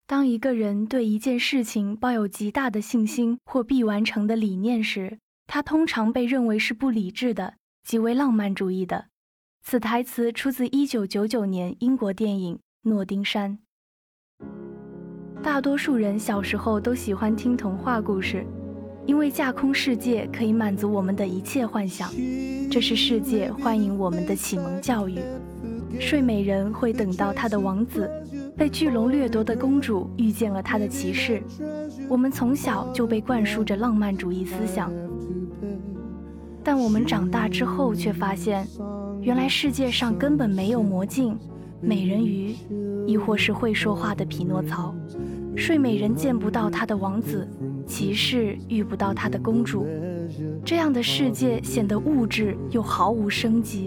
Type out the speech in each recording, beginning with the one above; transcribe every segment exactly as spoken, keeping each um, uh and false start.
当一个人对一件事情抱有极大的信心或必完成的理念时，他通常被认为是不理智的，极为浪漫主义的。此台词出自一九九九年英国电影《诺丁山》。大多数人小时候都喜欢听童话故事，因为架空世界可以满足我们的一切幻想，这是世界欢迎我们的启蒙教育。睡美人会等到她的王子，被巨龙掠夺的公主遇见了她的骑士。我们从小就被灌输着浪漫主义思想，但我们长大之后却发现，原来世界上根本没有魔镜、美人鱼，亦或是会说话的匹诺曹。睡美人见不到她的王子，骑士遇不到她的公主，这样的世界显得物质又毫无生机。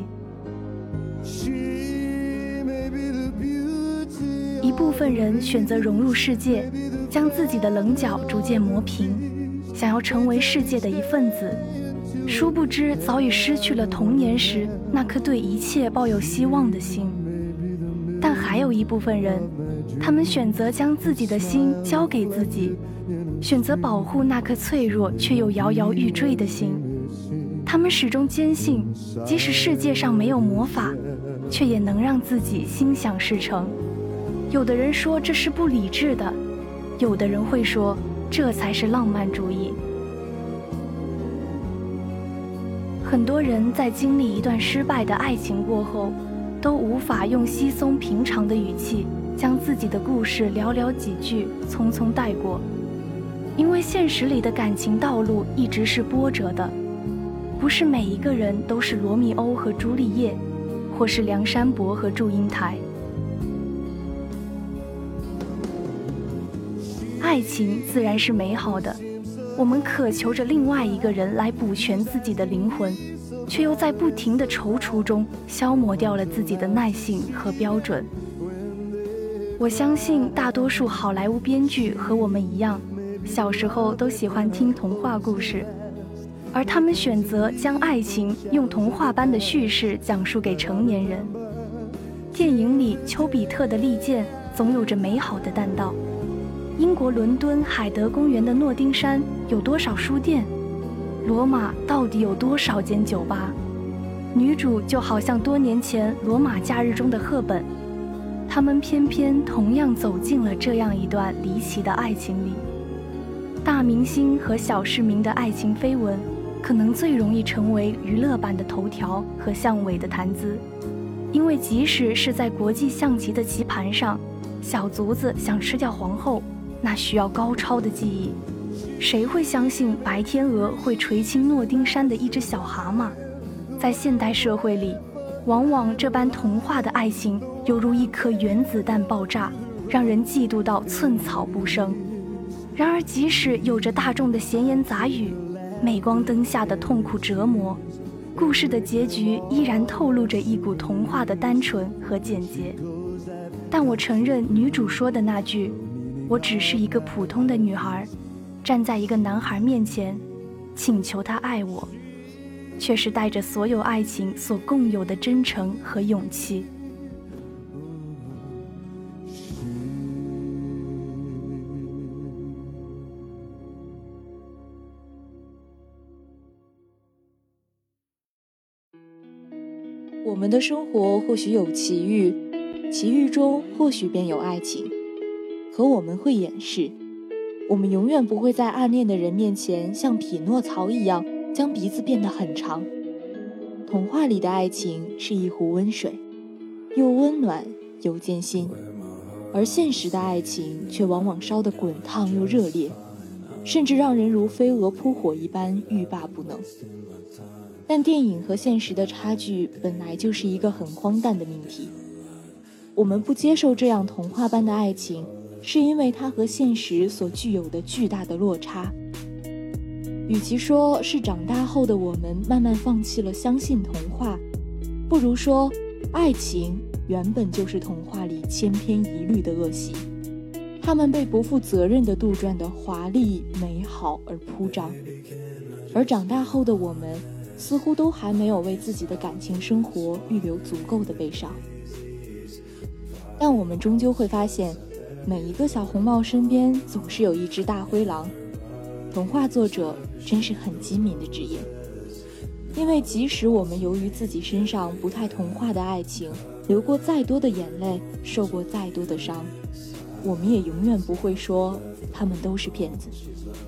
一部分人选择融入世界，将自己的棱角逐渐磨平，想要成为世界的一份子，殊不知早已失去了童年时那颗对一切抱有希望的心。但还有一部分人，他们选择将自己的心交给自己，选择保护那颗脆弱却又摇摇欲坠的心。他们始终坚信，即使世界上没有魔法，却也能让自己心想事成。有的人说这是不理智的，有的人会说这才是浪漫主义。很多人在经历一段失败的爱情过后，都无法用稀松平常的语气将自己的故事寥寥几句匆匆带过，因为现实里的感情道路一直是波折的，不是每一个人都是罗密欧和朱丽叶，或是梁山伯和祝英台。爱情自然是美好的，我们渴求着另外一个人来补全自己的灵魂，却又在不停的踌躇中消磨掉了自己的耐性和标准。我相信大多数好莱坞编剧和我们一样，小时候都喜欢听童话故事，而他们选择将爱情用童话般的叙事讲述给成年人。电影里丘比特的利剑总有着美好的弹道，英国伦敦海德公园的诺丁山有多少书店？罗马到底有多少间酒吧？女主就好像多年前罗马假日中的赫本，他们偏偏同样走进了这样一段离奇的爱情里。大明星和小市民的爱情绯闻，可能最容易成为娱乐版的头条和巷尾的谈资，因为即使是在国际象棋的棋盘上，小卒子想吃掉皇后，那需要高超的技艺。谁会相信白天鹅会垂青诺丁山的一只小蛤蟆？在现代社会里，往往这般童话的爱情犹如一颗原子弹爆炸，让人嫉妒到寸草不生。然而即使有着大众的闲言杂语，镁光灯下的痛苦折磨，故事的结局依然透露着一股童话的单纯和简洁。但我承认女主说的那句，我只是一个普通的女孩，站在一个男孩面前，请求他爱我，却是带着所有爱情所共有的真诚和勇气。 我们的生活或许有奇遇，奇遇中或许便有爱情，可我们会掩饰。我们永远不会在暗恋的人面前像匹诺曹一样将鼻子变得很长。童话里的爱情是一壶温水，又温暖又艰辛，而现实的爱情却往往烧得滚烫又热烈，甚至让人如飞蛾扑火一般欲罢不能。但电影和现实的差距本来就是一个很荒诞的命题。我们不接受这样童话般的爱情，是因为它和现实所具有的巨大的落差。与其说是长大后的我们慢慢放弃了相信童话，不如说爱情原本就是童话里千篇一律的恶习，它们被不负责任地杜撰的华丽美好而铺张。而长大后的我们似乎都还没有为自己的感情生活预留足够的悲伤。但我们终究会发现， 每一个小红帽身边总是有一只大灰狼。童话作者真是很机敏的职业，因为即使我们由于自己身上不太童话的爱情，流过再多的眼泪，受过再多的伤，我们也永远不会说他们都是骗子。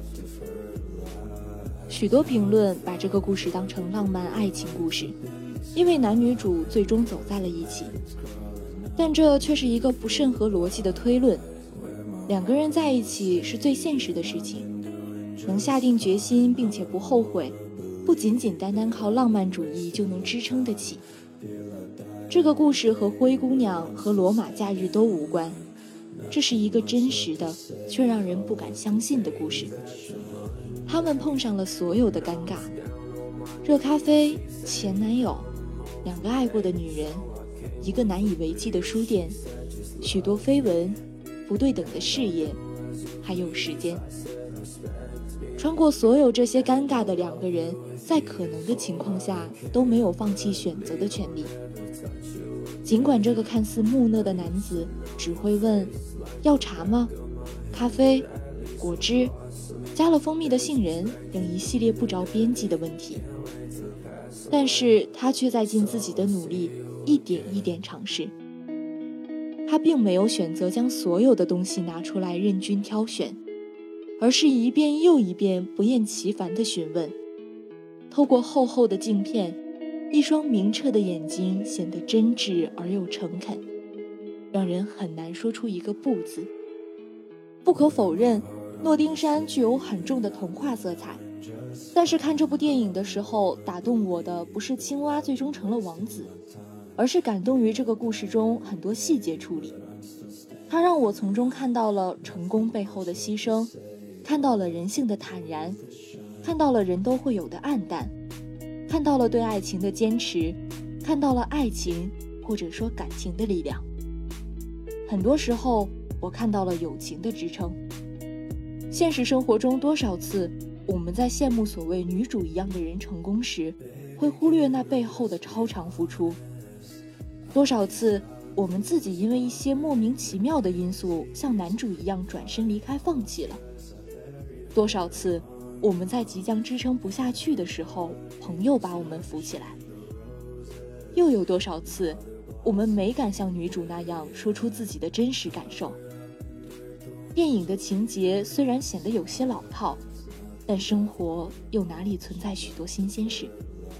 许多评论把这个故事当成浪漫爱情故事，因为男女主最终走在了一起，但这却是一个不甚合逻辑的推论。两个人在一起是最现实的事情，能下定决心并且不后悔，不仅仅单单靠浪漫主义就能支撑得起。这个故事和灰姑娘和罗马假日都无关，这是一个真实的却让人不敢相信的故事。他们碰上了所有的尴尬，热咖啡、前男友，两个爱过的女人，一个难以为继的书店，许多绯闻，不对等的事业，还有时间。穿过所有这些尴尬的两个人，在可能的情况下都没有放弃选择的权利。尽管这个看似木讷的男子只会问要茶吗？咖啡？果汁？加了蜂蜜的杏仁等一系列不着边际的问题，但是他却在尽自己的努力一点一点尝试。他并没有选择将所有的东西拿出来任君挑选，而是一遍又一遍不厌其烦地询问。透过厚厚的镜片，一双明澈的眼睛显得真挚而又诚恳，让人很难说出一个不字。不可否认，诺丁山具有很重的童话色彩，但是看这部电影的时候，打动我的不是青蛙最终成了王子，而是感动于这个故事中很多细节处理。它让我从中看到了成功背后的牺牲，看到了人性的坦然，看到了人都会有的暗淡，看到了对爱情的坚持，看到了爱情或者说感情的力量。很多时候我看到了友情的支撑。现实生活中多少次我们在羡慕所谓女主一样的人成功时，会忽略那背后的超常付出。多少次我们自己因为一些莫名其妙的因素像男主一样转身离开放弃了。多少次我们在即将支撑不下去的时候，朋友把我们扶起来。又有多少次我们没敢像女主那样说出自己的真实感受。电影的情节虽然显得有些老套，但生活又哪里存在许多新鲜事。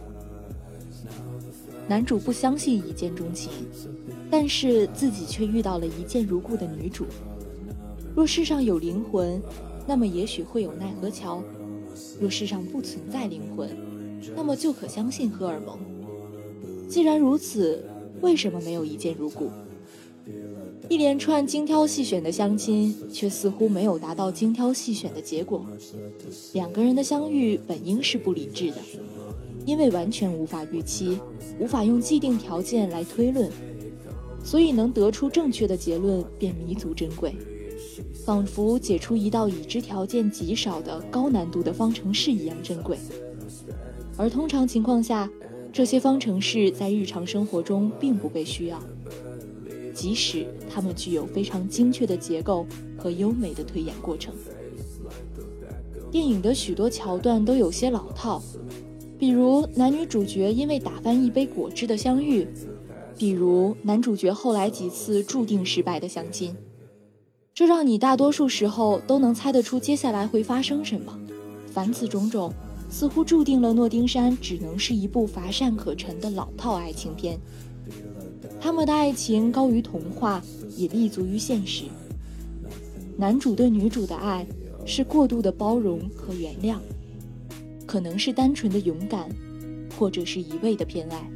男主不相信一见钟情，但是自己却遇到了一见如故的女主。若世上有灵魂，那么也许会有奈何桥；若世上不存在灵魂，那么就可相信荷尔蒙。既然如此，为什么没有一见如故？一连串精挑细选的相亲，却似乎没有达到精挑细选的结果。两个人的相遇本应是不理智的，因为完全无法预期，无法用既定条件来推论，所以能得出正确的结论便弥足珍贵，仿佛解出一道已知条件极少的高难度的方程式一样珍贵。而通常情况下，这些方程式在日常生活中并不被需要，即使它们具有非常精确的结构和优美的推演过程。电影的许多桥段都有些老套，比如男女主角因为打翻一杯果汁的相遇，比如男主角后来几次注定失败的相亲，这让你大多数时候都能猜得出接下来会发生什么。凡此种种，似乎注定了诺丁山只能是一部乏善可陈的老套爱情片。他们的爱情高于童话，也立足于现实。男主对女主的爱是过度的包容和原谅，可能是单纯的勇敢，或者是一味的偏爱。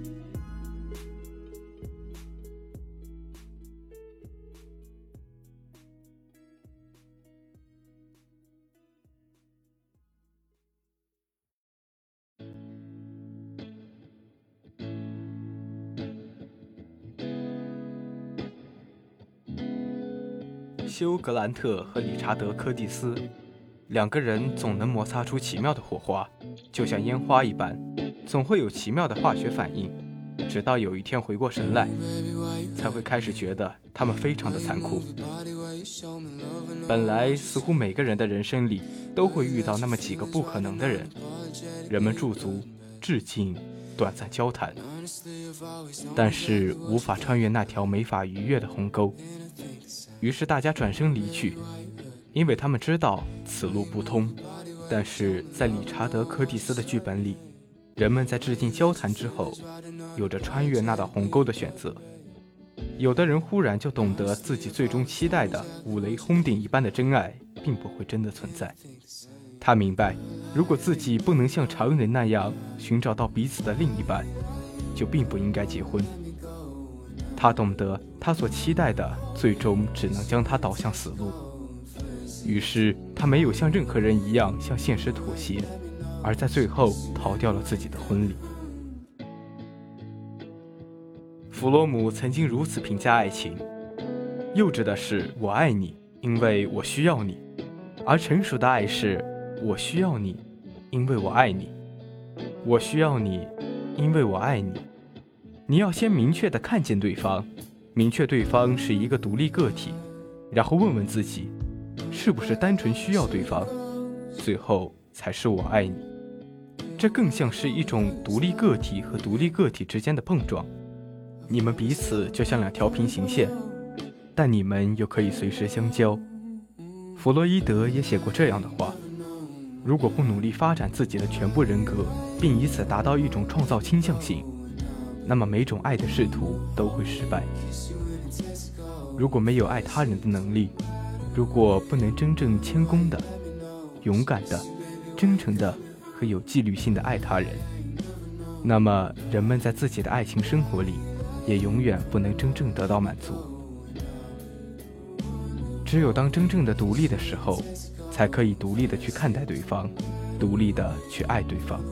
休·格兰特和理查德·柯蒂斯两个人总能摩擦出奇妙的火花，就像烟花一般，总会有奇妙的化学反应。 直到有一天回过神来，才会开始觉得他们非常的残酷。本来似乎每个人的人生里都会遇到那么几个不可能的人，人们驻足致敬，短暂交谈，但是无法穿越那条没法逾越的鸿沟。于是大家转身离去，因为他们知道此路不通。但是在理查德·柯蒂斯的剧本里，人们在致敬交谈之后，有着穿越那道鸿沟的选择。有的人忽然就懂得自己最终期待的五雷轰顶一般的真爱并不会真的存在。他明白，如果自己不能像常人那样寻找到彼此的另一半，就并不应该结婚。他懂得他所期待的最终只能将他导向死路。于是他没有像任何人一样向现实妥协，而在最后逃掉了自己的婚礼。弗洛姆曾经如此评价爱情：幼稚的是我爱你，因为我需要你；而成熟的爱是我需要你，因为我爱你。我需要你，因为我爱你。你要先明确地看见对方，明确对方是一个独立个体，然后问问自己，是不是单纯需要对方，最后才是我爱你。这更像是一种独立个体和独立个体之间的碰撞，你们彼此就像两条平行线，但你们又可以随时相交。弗洛伊德也写过这样的话：如果不努力发展自己的全部人格，并以此达到一种创造倾向性，那么每种爱的试图都会失败。如果没有爱他人的能力，如果不能真正谦恭的、勇敢的、真诚的和有纪律性的爱他人，那么人们在自己的爱情生活里也永远不能真正得到满足。只有当真正的独立的时候，才可以独立的去看待对方，独立的去爱对方。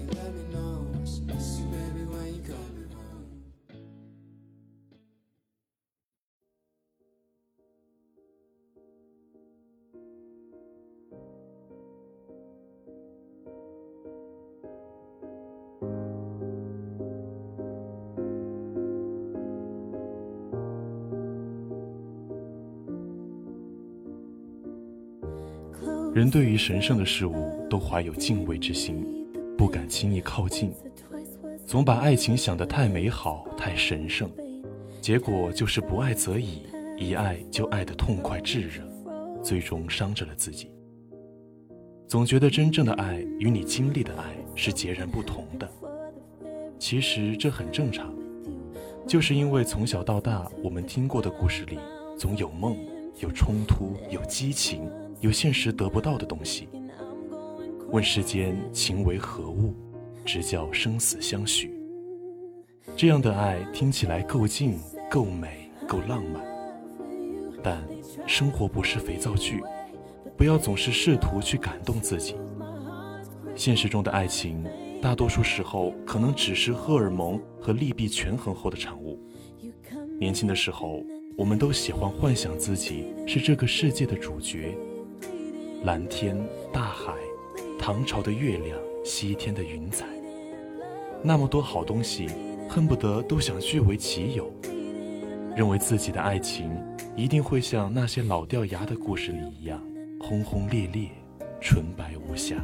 人对于神圣的事物都怀有敬畏之心，不敢轻易靠近，总把爱情想得太美好太神圣，结果就是不爱则已，一爱就爱得痛快炙热，最终伤着了自己。总觉得真正的爱与你经历的爱是截然不同的，其实这很正常，就是因为从小到大我们听过的故事里总有梦，有冲突，有激情，有现实得不到的东西。问世间情为何物，直叫生死相许。这样的爱听起来够静，够美，够浪漫。但生活不是肥皂剧，不要总是试图去感动自己。现实中的爱情大多数时候可能只是荷尔蒙和利弊权衡后的产物。年轻的时候，我们都喜欢幻想自己是这个世界的主角，蓝天、大海、唐朝的月亮、西天的云彩，那么多好东西，恨不得都想据为己有，认为自己的爱情一定会像那些老掉牙的故事里一样轰轰烈烈，纯白无瑕。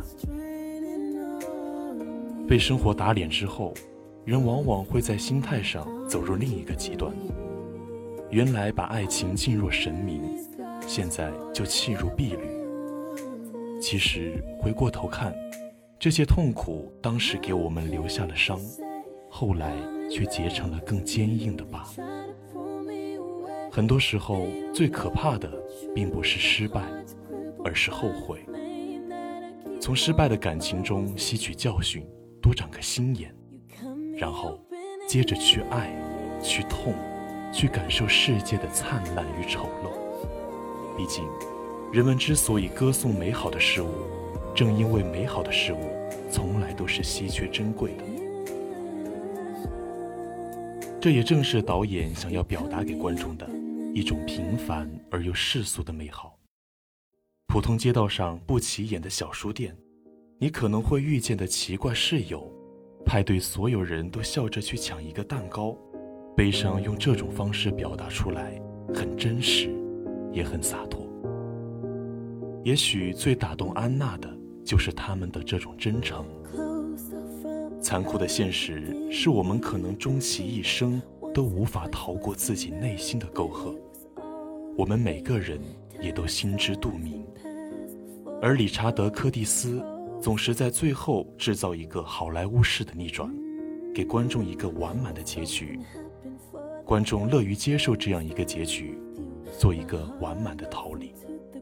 被生活打脸之后，人往往会在心态上走入另一个极端，原来把爱情敬若神明，现在就弃入婢女。其实回过头看，这些痛苦当时给我们留下了伤，后来却结成了更坚硬的疤。很多时候最可怕的并不是失败，而是后悔。从失败的感情中吸取教训，多长个心眼，然后接着去爱，去痛，去感受世界的灿烂与丑陋。毕竟人们之所以歌颂美好的事物，正因为美好的事物从来都是稀缺珍贵的。这也正是导演想要表达给观众的一种平凡而又世俗的美好。普通街道上不起眼的小书店，你可能会遇见的奇怪室友， 派对所有人都笑着去抢一个蛋糕，悲伤用这种方式表达出来，很真实，也很洒脱。也许最打动安娜的就是他们的这种真诚。残酷的现实是我们可能终其一生都无法逃过自己内心的沟壑，我们每个人也都心知肚明。而理查德·柯蒂斯总是在最后制造一个好莱坞式的逆转，给观众一个完满的结局，观众乐于接受这样一个结局，做一个完满的逃离。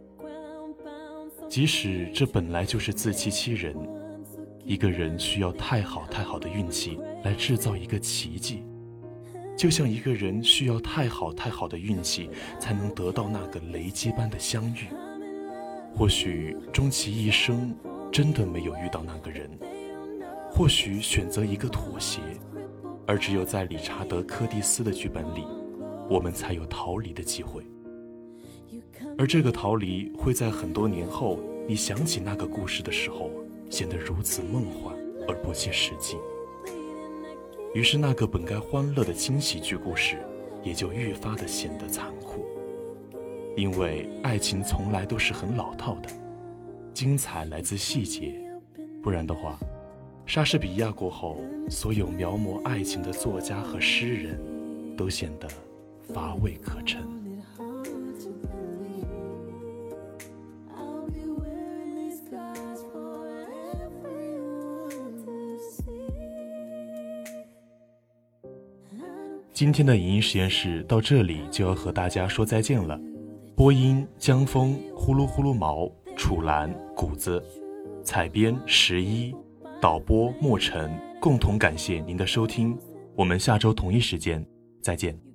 即使这本来就是自欺欺人，一个人需要太好太好的运气来制造一个奇迹，就像一个人需要太好太好的运气才能得到那个雷击般的相遇。或许终其一生真的没有遇到那个人，或许选择一个妥协，而只有在理查德·柯蒂斯的剧本里，我们才有逃离的机会。而这个逃离会在很多年后，你想起那个故事的时候，显得如此梦幻而不切实际。于是那个本该欢乐的轻喜剧故事，也就愈发的显得残酷。因为爱情从来都是很老套的，精彩来自细节，不然的话，莎士比亚过后，所有描摹爱情的作家和诗人都显得乏味可陈。今天的影音实验室到这里就要和大家说再见了。播音江峰、呼噜呼噜毛、楚岚、谷子，采编十一，导播莫尘，共同感谢您的收听，我们下周同一时间再见。